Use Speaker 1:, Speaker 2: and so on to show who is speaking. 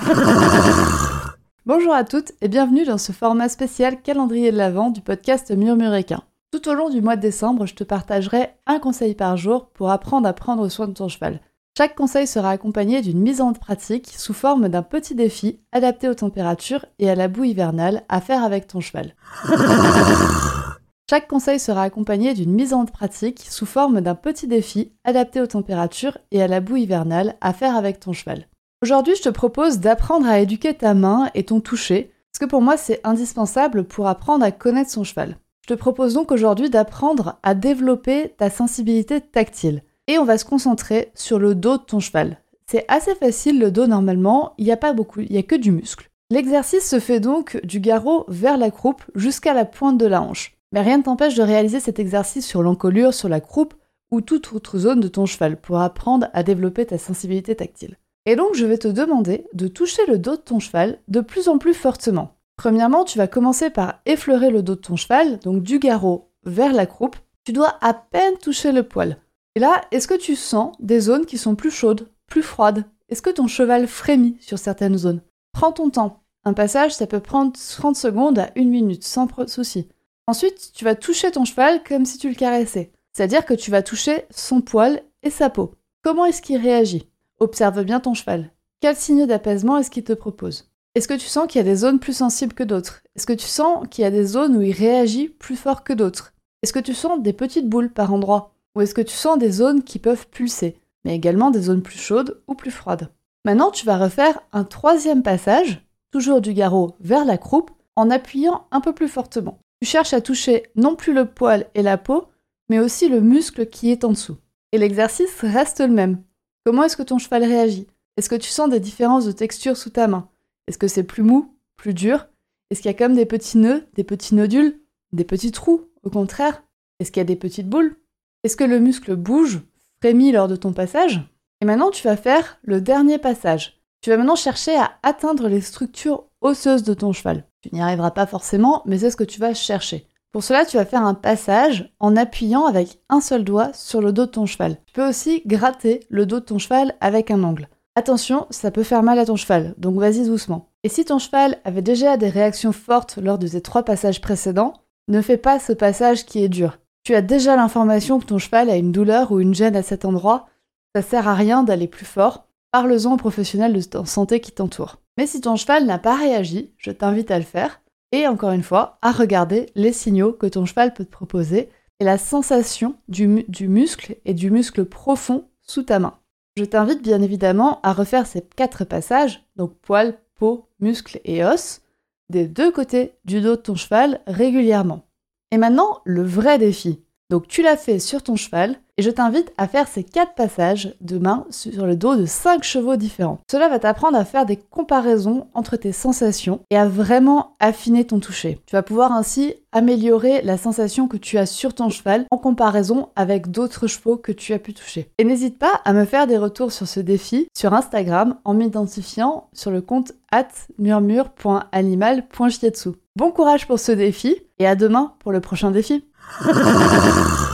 Speaker 1: Bonjour à toutes et bienvenue dans ce format spécial calendrier de l'Avent du podcast Murmuréquin. Tout au long du mois de décembre, je te partagerai un conseil par jour pour apprendre à prendre soin de ton cheval. Chaque conseil sera accompagné d'une mise en pratique sous forme d'un petit défi adapté aux températures et à la boue hivernale à faire avec ton cheval. Chaque conseil sera accompagné d'une mise en pratique sous forme d'un petit défi adapté aux températures et à la boue hivernale à faire avec ton cheval. Aujourd'hui, je te propose d'apprendre à éduquer ta main et ton toucher, parce que pour moi, c'est indispensable pour apprendre à connaître son cheval. Je te propose donc aujourd'hui d'apprendre à développer ta sensibilité tactile. Et on va se concentrer sur le dos de ton cheval. C'est assez facile le dos normalement, il n'y a pas beaucoup, il n'y a que du muscle. L'exercice se fait donc du garrot vers la croupe jusqu'à la pointe de la hanche. Mais rien ne t'empêche de réaliser cet exercice sur l'encolure, sur la croupe ou toute autre zone de ton cheval pour apprendre à développer ta sensibilité tactile. Et donc je vais te demander de toucher le dos de ton cheval de plus en plus fortement. Premièrement, tu vas commencer par effleurer le dos de ton cheval, donc du garrot vers la croupe. Tu dois à peine toucher le poil. Et là, est-ce que tu sens des zones qui sont plus chaudes, plus froides? Est-ce que ton cheval frémit sur certaines zones? Prends ton temps. Un passage, ça peut prendre 30 secondes à 1 minute, sans souci. Ensuite, tu vas toucher ton cheval comme si tu le caressais. C'est-à-dire que tu vas toucher son poil et sa peau. Comment est-ce qu'il réagit? Observe bien ton cheval. Quel signe d'apaisement est-ce qu'il te propose? Est-ce que tu sens qu'il y a des zones plus sensibles que d'autres? Est-ce que tu sens qu'il y a des zones où il réagit plus fort que d'autres? Est-ce que tu sens des petites boules par endroit? Ou est-ce que tu sens des zones qui peuvent pulser, mais également des zones plus chaudes ou plus froides? Maintenant, tu vas refaire un troisième passage, toujours du garrot vers la croupe, en appuyant un peu plus fortement. Tu cherches à toucher non plus le poil et la peau, mais aussi le muscle qui est en dessous. Et l'exercice reste le même. Comment est-ce que ton cheval réagit? Est-ce que tu sens des différences de texture sous ta main? Est-ce que c'est plus mou, plus dur? Est-ce qu'il y a comme des petits nœuds, des petits nodules, des petits trous, au contraire? Est-ce qu'il y a des petites boules? Est-ce que le muscle bouge, frémit lors de ton passage? Et maintenant, tu vas faire le dernier passage. Tu vas maintenant chercher à atteindre les structures osseuses de ton cheval. Tu n'y arriveras pas forcément, mais c'est ce que tu vas chercher. Pour cela, tu vas faire un passage en appuyant avec un seul doigt sur le dos de ton cheval. Tu peux aussi gratter le dos de ton cheval avec un ongle. Attention, ça peut faire mal à ton cheval, donc vas-y doucement. Et si ton cheval avait déjà des réactions fortes lors de tes 3 passages précédents, ne fais pas ce passage qui est dur. Tu as déjà l'information que ton cheval a une douleur ou une gêne à cet endroit, ça sert à rien d'aller plus fort. Parle-en aux professionnels de santé qui t'entourent. Mais si ton cheval n'a pas réagi, je t'invite à le faire. Et encore une fois, à regarder les signaux que ton cheval peut te proposer et la sensation du muscle et du muscle profond sous ta main. Je t'invite bien évidemment à refaire ces 4 passages, donc poil, peau, muscle et os, des 2 côtés du dos de ton cheval régulièrement. Et maintenant, le vrai défi. Donc tu l'as fait sur ton cheval et je t'invite à faire ces 4 passages de main sur le dos de 5 chevaux différents. Cela va t'apprendre à faire des comparaisons entre tes sensations et à vraiment affiner ton toucher. Tu vas pouvoir ainsi améliorer la sensation que tu as sur ton cheval en comparaison avec d'autres chevaux que tu as pu toucher. Et n'hésite pas à me faire des retours sur ce défi sur Instagram en m'identifiant sur le compte @murmure.animal.shiatsu. Bon courage pour ce défi et à demain pour le prochain défi.